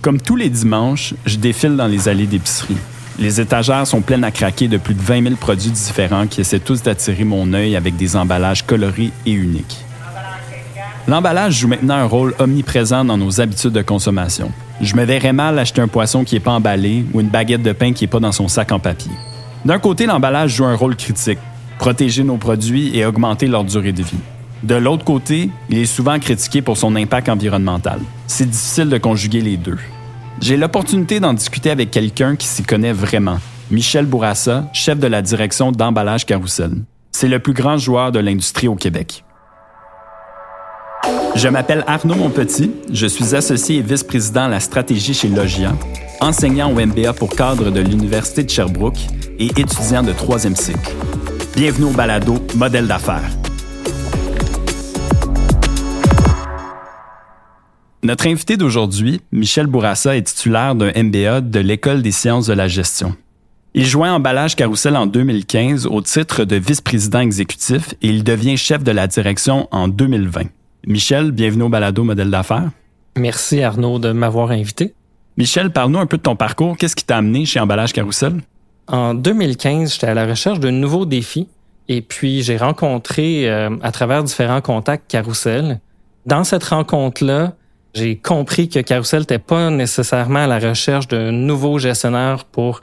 Comme tous les dimanches, je défile dans les allées d'épicerie. Les étagères sont pleines à craquer de plus de 20 000 produits différents qui essaient tous d'attirer mon œil avec des emballages colorés et uniques. L'emballage joue maintenant un rôle omniprésent dans nos habitudes de consommation. Je me verrais mal acheter un poisson qui n'est pas emballé ou une baguette de pain qui n'est pas dans son sac en papier. D'un côté, l'emballage joue un rôle critique, protéger nos produits et augmenter leur durée de vie. De l'autre côté, il est souvent critiqué pour son impact environnemental. C'est difficile de conjuguer les deux. J'ai l'opportunité d'en discuter avec quelqu'un qui s'y connaît vraiment, Michel Bourassa, chef de la direction d'Emballage Carousel. C'est le plus grand joueur de l'industrie au Québec. Je m'appelle Arnaud Monpetit, je suis associé et vice-président à la stratégie chez Logia, enseignant au MBA pour cadres de l'Université de Sherbrooke et étudiant de 3e cycle. Bienvenue au balado Modèle d'affaires. Notre invité d'aujourd'hui, Michel Bourassa, est titulaire d'un MBA de l'École des sciences de la gestion. Il joint Emballage Carousel en 2015 au titre de vice-président exécutif et il devient chef de la direction en 2020. Michel, bienvenue au balado Modèle d'affaires. Merci Arnaud de m'avoir invité. Michel, parle-nous un peu de ton parcours. Qu'est-ce qui t'a amené chez Emballage Carousel? En 2015, j'étais à la recherche d'un nouveau défi et puis j'ai rencontré à travers différents contacts Carousel. Dans cette rencontre-là, j'ai compris que Carousel n'était pas nécessairement à la recherche d'un nouveau gestionnaire pour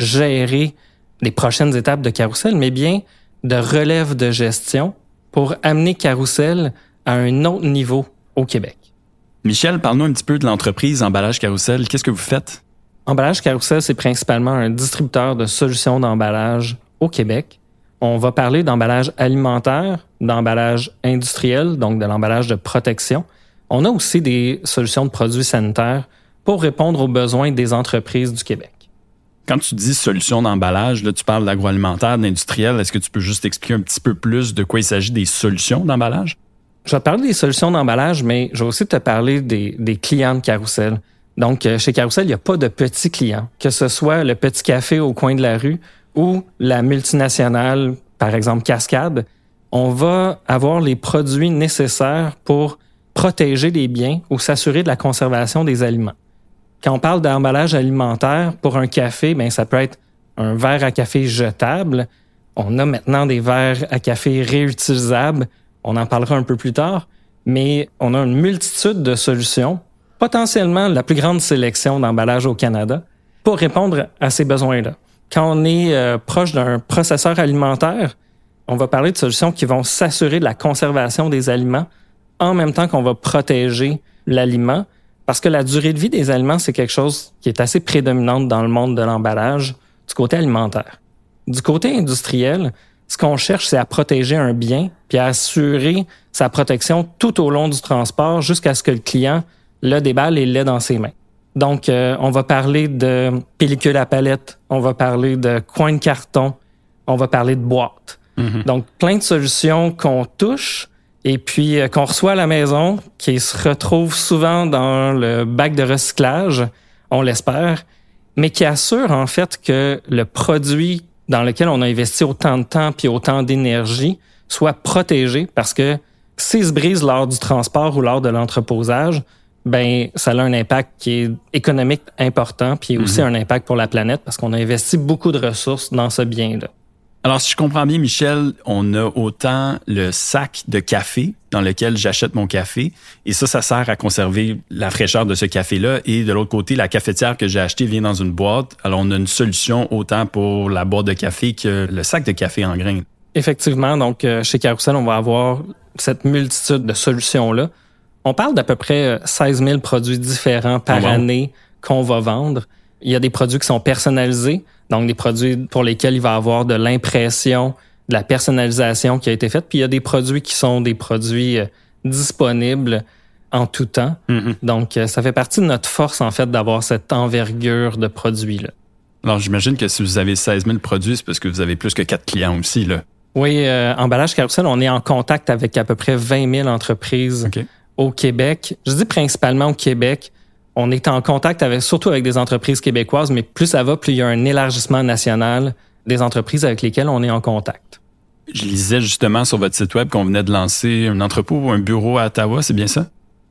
gérer les prochaines étapes de Carousel, mais bien de relève de gestion pour amener Carousel à un autre niveau au Québec. Michel, parle-nous un petit peu de l'entreprise Emballage Carousel. Qu'est-ce que vous faites? Emballage Carousel, c'est principalement un distributeur de solutions d'emballage au Québec. On va parler d'emballage alimentaire, d'emballage industriel, donc de l'emballage de protection. On a aussi des solutions de produits sanitaires pour répondre aux besoins des entreprises du Québec. Quand tu dis solutions d'emballage, là, tu parles d'agroalimentaire, d'industriel. Est-ce que tu peux juste expliquer un petit peu plus de quoi il s'agit des solutions d'emballage? Je vais te parler des solutions d'emballage, mais je vais aussi te parler des clients de Carousel. Donc, chez Carousel, il n'y a pas de petits clients, que ce soit le petit café au coin de la rue ou la multinationale, par exemple Cascade. On va avoir les produits nécessaires pour protéger les biens ou s'assurer de la conservation des aliments. Quand on parle d'emballage alimentaire pour un café, bien, ça peut être un verre à café jetable. On a maintenant des verres à café réutilisables. On en parlera un peu plus tard, mais on a une multitude de solutions, potentiellement la plus grande sélection d'emballages au Canada, pour répondre à ces besoins-là. Quand on est proche d'un processeur alimentaire, on va parler de solutions qui vont s'assurer de la conservation des aliments en même temps qu'on va protéger l'aliment, parce que la durée de vie des aliments, c'est quelque chose qui est assez prédominante dans le monde de l'emballage du côté alimentaire. Du côté industriel, ce qu'on cherche, c'est à protéger un bien puis à assurer sa protection tout au long du transport jusqu'à ce que le client le déballe et l'ait dans ses mains. Donc, on va parler de pellicule à palette, on va parler de coins de carton, on va parler de boîtes. Mm-hmm. Donc, plein de solutions qu'on touche et puis qu'on reçoit à la maison, qui se retrouvent souvent dans le bac de recyclage, on l'espère, mais qui assurent en fait que le produit dans lequel on a investi autant de temps puis autant d'énergie soit protégé, parce que s'il se brise lors du transport ou lors de l'entreposage, ben ça a un impact qui est économique important puis aussi un impact pour la planète parce qu'on a investi beaucoup de ressources dans ce bien-là. Alors, si je comprends bien, Michel, on a autant le sac de café dans lequel j'achète mon café, et ça sert à conserver la fraîcheur de ce café-là, et de l'autre côté, la cafetière que j'ai achetée vient dans une boîte. Alors, on a une solution autant pour la boîte de café que le sac de café en grains. Effectivement, donc chez Carousel, on va avoir cette multitude de solutions-là. On parle d'à peu près 16 000 produits différents par année qu'on va vendre. Il y a des produits qui sont personnalisés, donc des produits pour lesquels il va y avoir de l'impression, de la personnalisation qui a été faite. Puis il y a des produits qui sont des produits disponibles en tout temps. Mm-hmm. Donc, ça fait partie de notre force, en fait, d'avoir cette envergure de produits-là. Alors, j'imagine que si vous avez 16 000 produits, c'est parce que vous avez plus que 4 clients aussi, là. Oui, Emballage Carousel, on est en contact avec à peu près 20 000 entreprises au Québec. Je dis principalement au Québec. On est en contact surtout avec des entreprises québécoises, mais plus ça va, plus il y a un élargissement national des entreprises avec lesquelles on est en contact. Je lisais justement sur votre site web qu'on venait de lancer un entrepôt ou un bureau à Ottawa, c'est bien ça?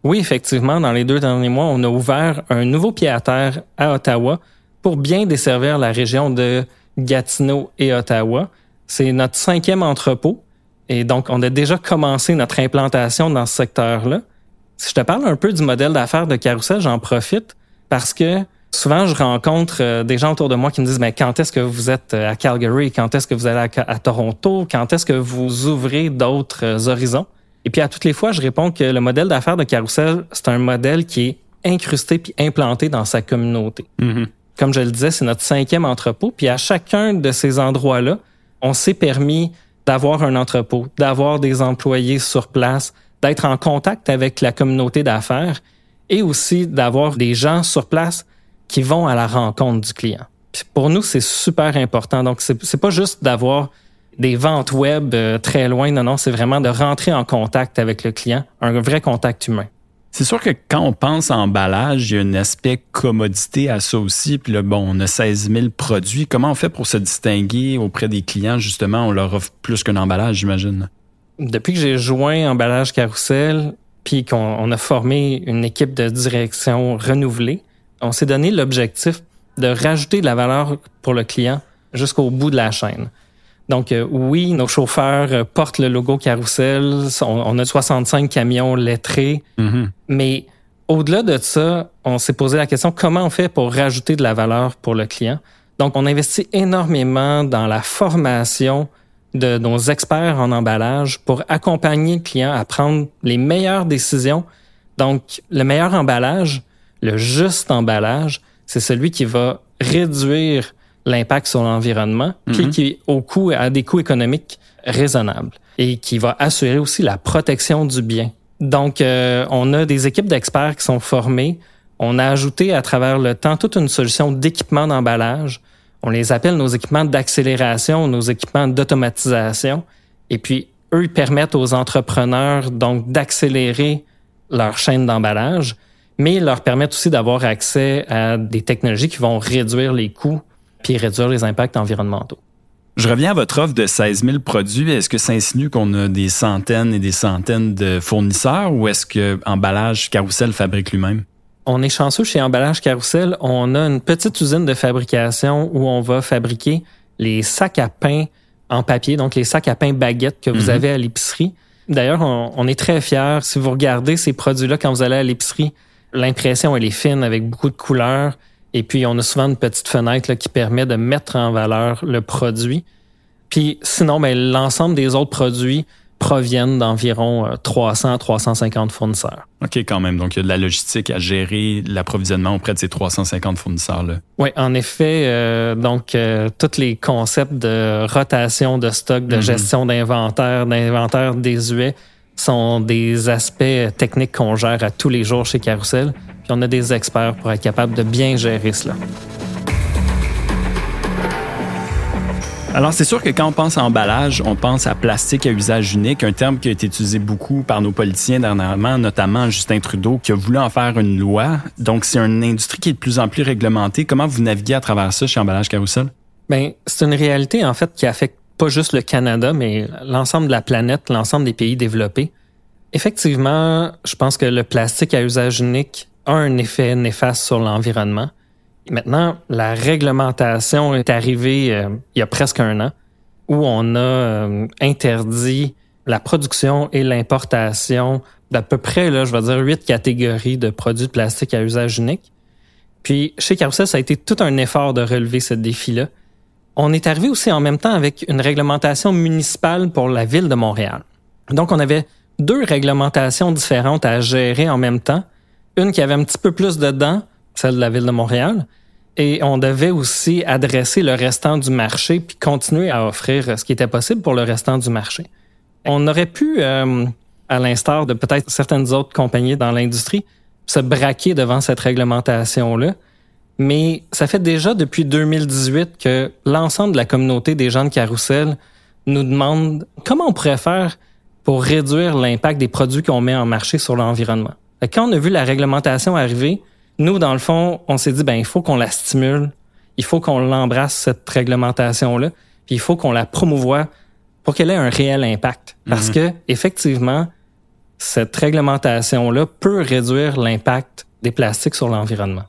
Oui, effectivement, dans les 2 derniers mois, on a ouvert un nouveau pied-à-terre à Ottawa pour bien desservir la région de Gatineau et Ottawa. C'est notre 5e entrepôt et donc on a déjà commencé notre implantation dans ce secteur-là. Si je te parle un peu du modèle d'affaires de Carousel, j'en profite parce que souvent je rencontre des gens autour de moi qui me disent « Mais quand est-ce que vous êtes à Calgary? Quand est-ce que vous allez à Toronto? Quand est-ce que vous ouvrez d'autres horizons? » Et puis à toutes les fois, je réponds que le modèle d'affaires de Carousel, c'est un modèle qui est incrusté puis implanté dans sa communauté. Mm-hmm. Comme je le disais, c'est notre 5e entrepôt. Puis à chacun de ces endroits-là, on s'est permis d'avoir un entrepôt, d'avoir des employés sur place, d'être en contact avec la communauté d'affaires et aussi d'avoir des gens sur place qui vont à la rencontre du client. Puis pour nous, c'est super important. Donc, c'est pas juste d'avoir des ventes web très loin. Non, c'est vraiment de rentrer en contact avec le client, un vrai contact humain. C'est sûr que quand on pense à emballage, il y a un aspect commodité à ça aussi. Puis là, on a 16 000 produits. Comment on fait pour se distinguer auprès des clients? Justement, on leur offre plus qu'un emballage, j'imagine. Depuis que j'ai joint Emballage Carousel, puis qu'on a formé une équipe de direction renouvelée, on s'est donné l'objectif de rajouter de la valeur pour le client jusqu'au bout de la chaîne. Donc oui, nos chauffeurs portent le logo Carousel, on a 65 camions lettrés, mais au-delà de ça, on s'est posé la question comment on fait pour rajouter de la valeur pour le client. Donc on investit énormément dans la formation de nos experts en emballage pour accompagner le client à prendre les meilleures décisions. Donc le meilleur emballage, le juste emballage, c'est celui qui va réduire l'impact sur l'environnement, puis qui a des coûts économiques raisonnables et qui va assurer aussi la protection du bien. Donc, on a des équipes d'experts qui sont formées. On a ajouté à travers le temps toute une solution d'équipement d'emballage. On les appelle nos équipements d'accélération, nos équipements d'automatisation. Et puis, eux, ils permettent aux entrepreneurs donc d'accélérer leur chaîne d'emballage, mais ils leur permettent aussi d'avoir accès à des technologies qui vont réduire les coûts puis réduire les impacts environnementaux. Je reviens à votre offre de 16 000 produits. Est-ce que ça insinue qu'on a des centaines et des centaines de fournisseurs ou est-ce que Emballage Carousel fabrique lui-même? On est chanceux chez Emballage Carousel. On a une petite usine de fabrication où on va fabriquer les sacs à pain en papier, donc les sacs à pain baguettes que vous avez à l'épicerie. D'ailleurs, on est très fiers. Si vous regardez ces produits-là quand vous allez à l'épicerie, l'impression, elle est fine avec beaucoup de couleurs. Et puis, on a souvent une petite fenêtre là, qui permet de mettre en valeur le produit. Puis, sinon, l'ensemble des autres produits proviennent d'environ 300 à 350 fournisseurs. OK, quand même. Donc, il y a de la logistique à gérer, l'approvisionnement auprès de ces 350 fournisseurs-là. Oui, en effet. Tous les concepts de rotation de stock, de gestion d'inventaire désuet sont des aspects techniques qu'on gère à tous les jours chez Carousel. Puis on a des experts pour être capable de bien gérer cela. Alors, c'est sûr que quand on pense à emballage, on pense à plastique à usage unique, un terme qui a été utilisé beaucoup par nos politiciens dernièrement, notamment Justin Trudeau, qui a voulu en faire une loi. Donc, c'est une industrie qui est de plus en plus réglementée. Comment vous naviguez à travers ça chez Emballage Carousel? C'est une réalité, en fait, qui affecte pas juste le Canada, mais l'ensemble de la planète, l'ensemble des pays développés. Effectivement, je pense que le plastique à usage unique a un effet néfaste sur l'environnement. Maintenant, la réglementation est arrivée il y a presque 1 an, où on a interdit la production et l'importation d'à peu près, 8 catégories de produits de plastique à usage unique. Puis, chez Carousel, ça a été tout un effort de relever ce défi-là. On est arrivé aussi en même temps avec une réglementation municipale pour la ville de Montréal. Donc, on avait 2 réglementations différentes à gérer en même temps. Une qui avait un petit peu plus dedans, celle de la ville de Montréal, et on devait aussi adresser le restant du marché puis continuer à offrir ce qui était possible pour le restant du marché. On aurait pu, à l'instar de peut-être certaines autres compagnies dans l'industrie, se braquer devant cette réglementation-là, mais ça fait déjà depuis 2018 que l'ensemble de la communauté des gens de Carousel nous demande comment on pourrait faire pour réduire l'impact des produits qu'on met en marché sur l'environnement. Quand on a vu la réglementation arriver, nous, dans le fond, on s'est dit, il faut qu'on la stimule, il faut qu'on l'embrasse, cette réglementation-là, puis il faut qu'on la promouvoie pour qu'elle ait un réel impact. Parce que, effectivement, cette réglementation-là peut réduire l'impact des plastiques sur l'environnement.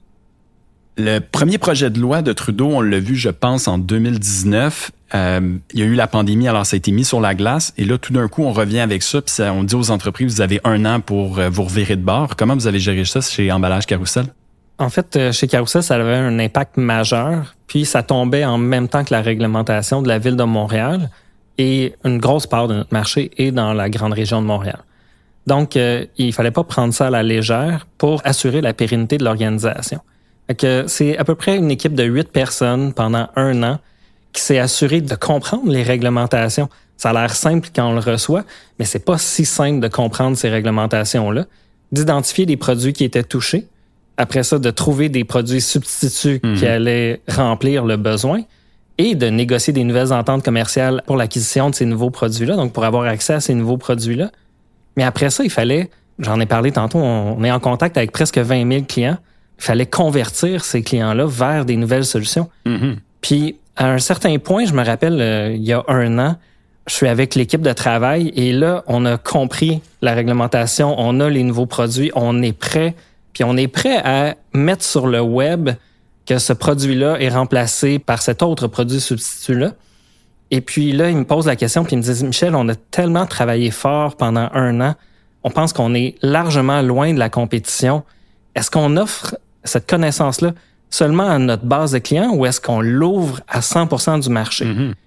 Le premier projet de loi de Trudeau, on l'a vu, je pense, en 2019. Il y a eu la pandémie, alors ça a été mis sur la glace. Et là, tout d'un coup, on revient avec ça, puis on dit aux entreprises, vous avez 1 an pour vous revirer de bord. Comment vous avez géré ça chez Emballage Carousel? En fait, chez Carousel, ça avait un impact majeur. Puis ça tombait en même temps que la réglementation de la Ville de Montréal. Et une grosse part de notre marché est dans la grande région de Montréal. Donc, il fallait pas prendre ça à la légère pour assurer la pérennité de l'organisation. C'est à peu près une équipe de 8 personnes pendant 1 an qui s'est assurée de comprendre les réglementations. Ça a l'air simple quand on le reçoit, mais c'est pas si simple de comprendre ces réglementations-là, d'identifier les produits qui étaient touchés, après ça, de trouver des produits substituts qui allaient remplir le besoin et de négocier des nouvelles ententes commerciales pour l'acquisition de ces nouveaux produits-là, donc pour avoir accès à ces nouveaux produits-là. Mais après ça, il fallait, j'en ai parlé tantôt, on est en contact avec presque 20 000 clients. Il fallait convertir ces clients-là vers des nouvelles solutions. Puis, à un certain point, je me rappelle, il y a 1 an, je suis avec l'équipe de travail et là, on a compris la réglementation, on a les nouveaux produits, on est prêt. Puis, on est prêt à mettre sur le web que ce produit-là est remplacé par cet autre produit substitut-là. Et puis là, il me pose la question, puis il me dit « Michel, on a tellement travaillé fort pendant 1 an, on pense qu'on est largement loin de la compétition. Est-ce qu'on offre cette connaissance-là seulement à notre base de clients ou est-ce qu'on l'ouvre à 100% du marché? »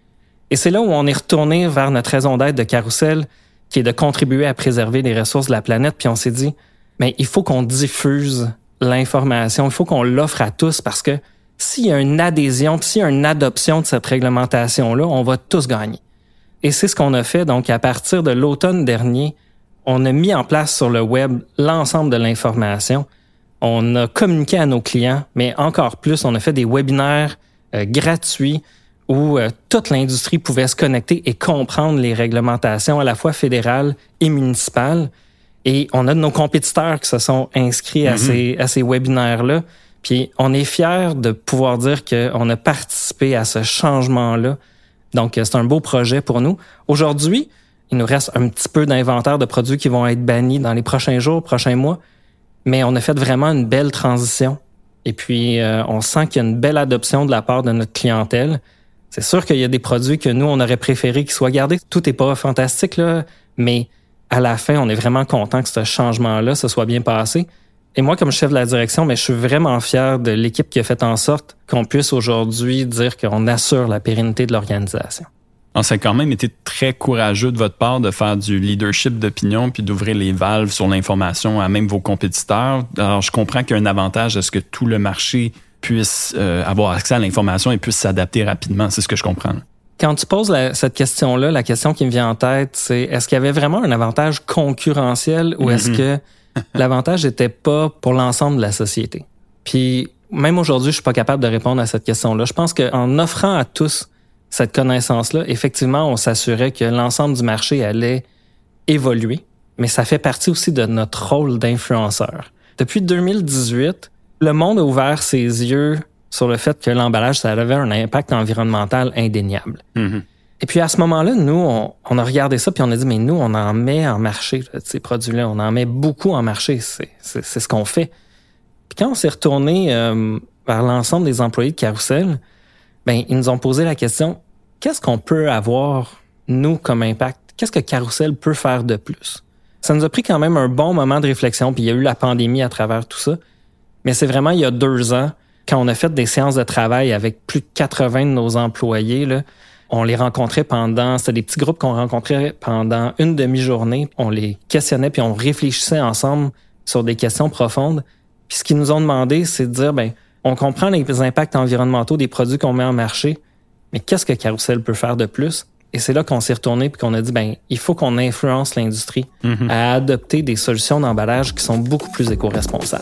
Et c'est là où on est retourné vers notre raison d'être de Carousel, qui est de contribuer à préserver les ressources de la planète. Puis on s'est dit, mais il faut qu'on diffuse l'information, il faut qu'on l'offre à tous parce que s'il y a une adhésion, s'il y a une adoption de cette réglementation-là, on va tous gagner. Et c'est ce qu'on a fait. Donc, à partir de l'automne dernier, on a mis en place sur le web l'ensemble de l'information. On a communiqué à nos clients, mais encore plus, on a fait des webinaires gratuits où toute l'industrie pouvait se connecter et comprendre les réglementations à la fois fédérales et municipales. Et on a de nos compétiteurs qui se sont inscrits à ces webinaires-là. Puis on est fiers de pouvoir dire qu'on a participé à ce changement-là. Donc, c'est un beau projet pour nous. Aujourd'hui, il nous reste un petit peu d'inventaire de produits qui vont être bannis dans les prochains jours, prochains mois. Mais on a fait vraiment une belle transition. Et puis, on sent qu'il y a une belle adoption de la part de notre clientèle. C'est sûr qu'il y a des produits que nous, on aurait préféré qu'ils soient gardés. Tout n'est pas fantastique, là, mais à la fin, on est vraiment content que ce changement-là se soit bien passé. Et moi, comme chef de la direction, je suis vraiment fier de l'équipe qui a fait en sorte qu'on puisse aujourd'hui dire qu'on assure la pérennité de l'organisation. Alors, ça a quand même été très courageux de votre part de faire du leadership d'opinion puis d'ouvrir les valves sur l'information à même vos compétiteurs. Alors, je comprends qu'il y a un avantage à ce que tout le marché puisse avoir accès à l'information et puisse s'adapter rapidement. C'est ce que je comprends. Quand tu poses cette question-là, la question qui me vient en tête, c'est est-ce qu'il y avait vraiment un avantage concurrentiel ou est-ce que l'avantage n'était pas pour l'ensemble de la société? Puis, même aujourd'hui, je suis pas capable de répondre à cette question-là. Je pense qu'en offrant à tous cette connaissance-là, effectivement, on s'assurait que l'ensemble du marché allait évoluer, mais ça fait partie aussi de notre rôle d'influenceur. Depuis 2018, le monde a ouvert ses yeux sur le fait que l'emballage, ça avait un impact environnemental indéniable. Et puis à ce moment-là, nous, on a regardé ça puis on a dit, mais nous, on en met en marché, ces produits-là, on en met beaucoup en marché, c'est ce qu'on fait. Puis quand on s'est retourné vers l'ensemble des employés de Carousel, ils nous ont posé la question, qu'est-ce qu'on peut avoir, nous, comme impact? Qu'est-ce que Carousel peut faire de plus? Ça nous a pris quand même un bon moment de réflexion, puis il y a eu la pandémie à travers tout ça. Mais c'est vraiment il y a 2 ans, quand on a fait des séances de travail avec plus de 80 de nos employés, là, on les rencontrait c'était des petits groupes qu'on rencontrait pendant une demi-journée. On les questionnait, puis on réfléchissait ensemble sur des questions profondes. Puis ce qu'ils nous ont demandé, c'est de dire, on comprend les impacts environnementaux des produits qu'on met en marché, mais qu'est-ce que Carousel peut faire de plus? Et c'est là qu'on s'est retourné puis qu'on a dit, il faut qu'on influence l'industrie à adopter des solutions d'emballage qui sont beaucoup plus éco-responsables.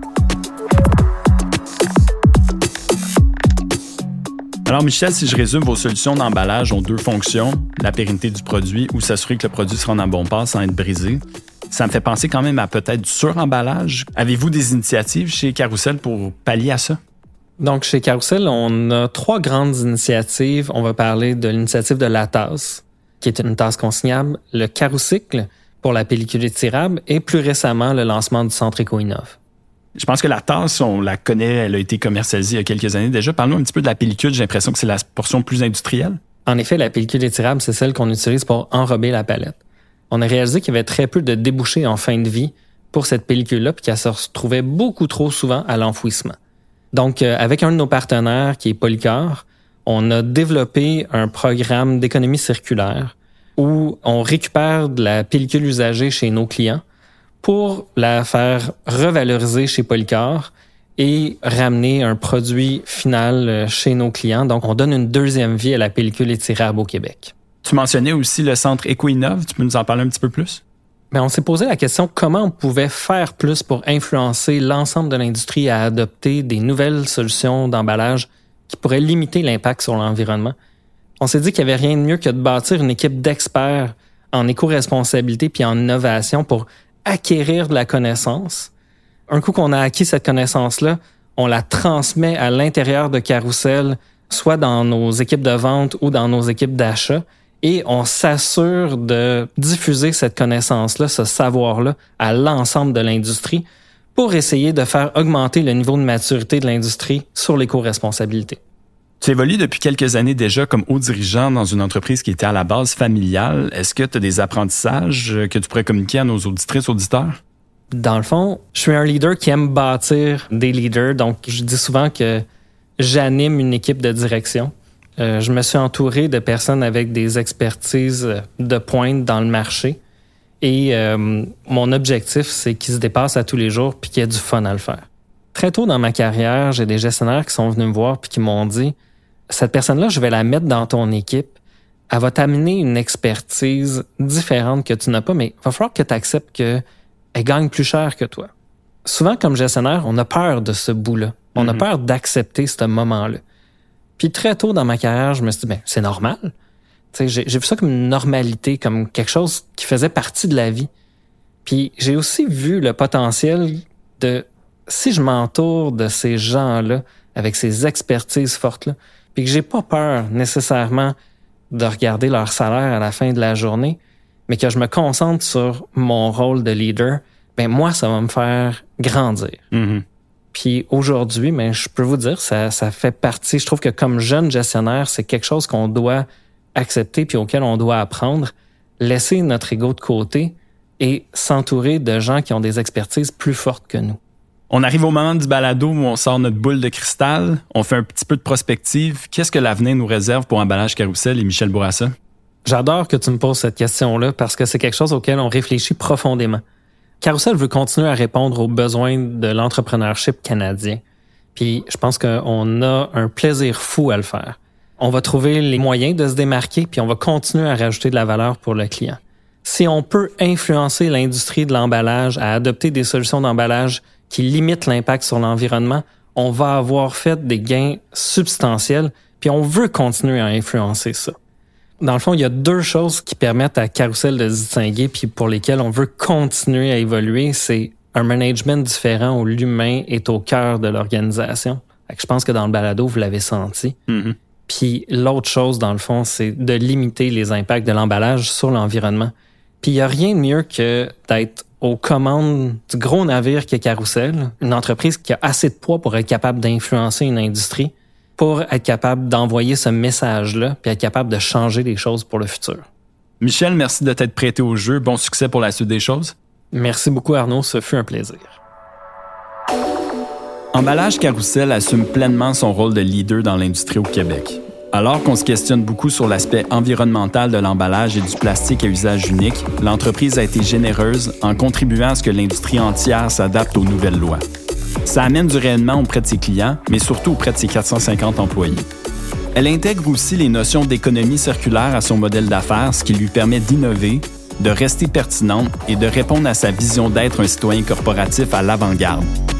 Alors, Michel, si je résume, vos solutions d'emballage ont 2 fonctions, la pérennité du produit ou s'assurer que le produit se rende en bon port sans être brisé. Ça me fait penser quand même à peut-être du suremballage. Avez-vous des initiatives chez Carousel pour pallier à ça? Donc, chez Carousel, on a 3 grandes initiatives. On va parler de l'initiative de la tasse, qui est une tasse consignable, le Caroucycle, pour la pellicule étirable et plus récemment le lancement du centre Eco-Innov. Je pense que la tasse, on la connaît, elle a été commercialisée il y a quelques années déjà. Parle-nous un petit peu de la pellicule, j'ai l'impression que c'est la portion plus industrielle. En effet, la pellicule étirable, c'est celle qu'on utilise pour enrober la palette. On a réalisé qu'il y avait très peu de débouchés en fin de vie pour cette pellicule-là, puis qu'elle se retrouvait beaucoup trop souvent à l'enfouissement. Donc, avec un de nos partenaires, qui est Polycor, on a développé un programme d'économie circulaire où on récupère de la pellicule usagée chez nos clients pour la faire revaloriser chez Polycor et ramener un produit final chez nos clients. Donc, on donne une deuxième vie à la pellicule étirable au Québec. Tu mentionnais aussi le centre Eco-Innov. Tu peux nous en parler un petit peu plus? Bien, on s'est posé la question comment on pouvait faire plus pour influencer l'ensemble de l'industrie à adopter des nouvelles solutions d'emballage qui pourraient limiter l'impact sur l'environnement. On s'est dit qu'il n'y avait rien de mieux que de bâtir une équipe d'experts en éco-responsabilité puis en innovation pour acquérir de la connaissance. Un coup qu'on a acquis cette connaissance-là, on la transmet à l'intérieur de Carrousel, soit dans nos équipes de vente ou dans nos équipes d'achat, et on s'assure de diffuser cette connaissance-là, ce savoir-là, à l'ensemble de l'industrie pour essayer de faire augmenter le niveau de maturité de l'industrie sur l'éco-responsabilité. Tu évolues depuis quelques années déjà comme haut dirigeant dans une entreprise qui était à la base familiale. Est-ce que tu as des apprentissages que tu pourrais communiquer à nos auditrices, auditeurs? Dans le fond, je suis un leader qui aime bâtir des leaders. Donc, je dis souvent que j'anime une équipe de direction. Je me suis entouré de personnes avec des expertises de pointe dans le marché. Et mon objectif, c'est qu'ils se dépassent à tous les jours puis qu'il y ait du fun à le faire. Très tôt dans ma carrière, j'ai des gestionnaires qui sont venus me voir puis qui m'ont dit « Cette personne-là, je vais la mettre dans ton équipe. Elle va t'amener une expertise différente que tu n'as pas, mais il va falloir que tu acceptes qu'elle gagne plus cher que toi. » Souvent, comme gestionnaire, on a peur de ce bout-là. On a peur d'accepter ce moment-là. Puis très tôt dans ma carrière, je me suis dit, ben c'est normal. J'ai vu ça comme une normalité, comme quelque chose qui faisait partie de la vie. Puis j'ai aussi vu le potentiel de, si je m'entoure de ces gens-là, avec ces expertises fortes-là, puis que j'ai pas peur nécessairement de regarder leur salaire à la fin de la journée, mais que je me concentre sur mon rôle de leader, ben moi, ça va me faire grandir. Mm-hmm. Puis aujourd'hui, ben, je peux vous dire, ça fait partie, je trouve que comme jeune gestionnaire, c'est quelque chose qu'on doit accepter puis auquel on doit apprendre, laisser notre ego de côté et s'entourer de gens qui ont des expertises plus fortes que nous. On arrive au moment du balado où on sort notre boule de cristal, on fait un petit peu de prospective. Qu'est-ce que l'avenir nous réserve pour Emballage Carrousel et Michel Bourassa? J'adore que tu me poses cette question-là parce que c'est quelque chose auquel on réfléchit profondément. Carrousel veut continuer à répondre aux besoins de l'entrepreneurship canadien. Puis je pense qu'on a un plaisir fou à le faire. On va trouver les moyens de se démarquer, puis on va continuer à rajouter de la valeur pour le client. Si on peut influencer l'industrie de l'emballage à adopter des solutions d'emballage qui limitent l'impact sur l'environnement, on va avoir fait des gains substantiels, puis on veut continuer à influencer ça. Dans le fond, il y a deux choses qui permettent à Carrousel de se distinguer puis pour lesquelles on veut continuer à évoluer. C'est un management différent où l'humain est au cœur de l'organisation. Je pense que dans le balado, vous l'avez senti. Mm-hmm. Puis l'autre chose, dans le fond, c'est de limiter les impacts de l'emballage sur l'environnement. Puis il n'y a rien de mieux que d'être aux commandes du gros navire qu'est Carrousel, une entreprise qui a assez de poids pour être capable d'influencer une industrie, pour être capable d'envoyer ce message-là, puis être capable de changer les choses pour le futur. Michel, merci de t'être prêté au jeu. Bon succès pour la suite des choses. Merci beaucoup, Arnaud. Ce fut un plaisir. Emballage Carrousel assume pleinement son rôle de leader dans l'industrie au Québec. Alors qu'on se questionne beaucoup sur l'aspect environnemental de l'emballage et du plastique à usage unique, l'entreprise a été généreuse en contribuant à ce que l'industrie entière s'adapte aux nouvelles lois. Ça amène du rayonnement auprès de ses clients, mais surtout auprès de ses 450 employés. Elle intègre aussi les notions d'économie circulaire à son modèle d'affaires, ce qui lui permet d'innover, de rester pertinente et de répondre à sa vision d'être un citoyen corporatif à l'avant-garde.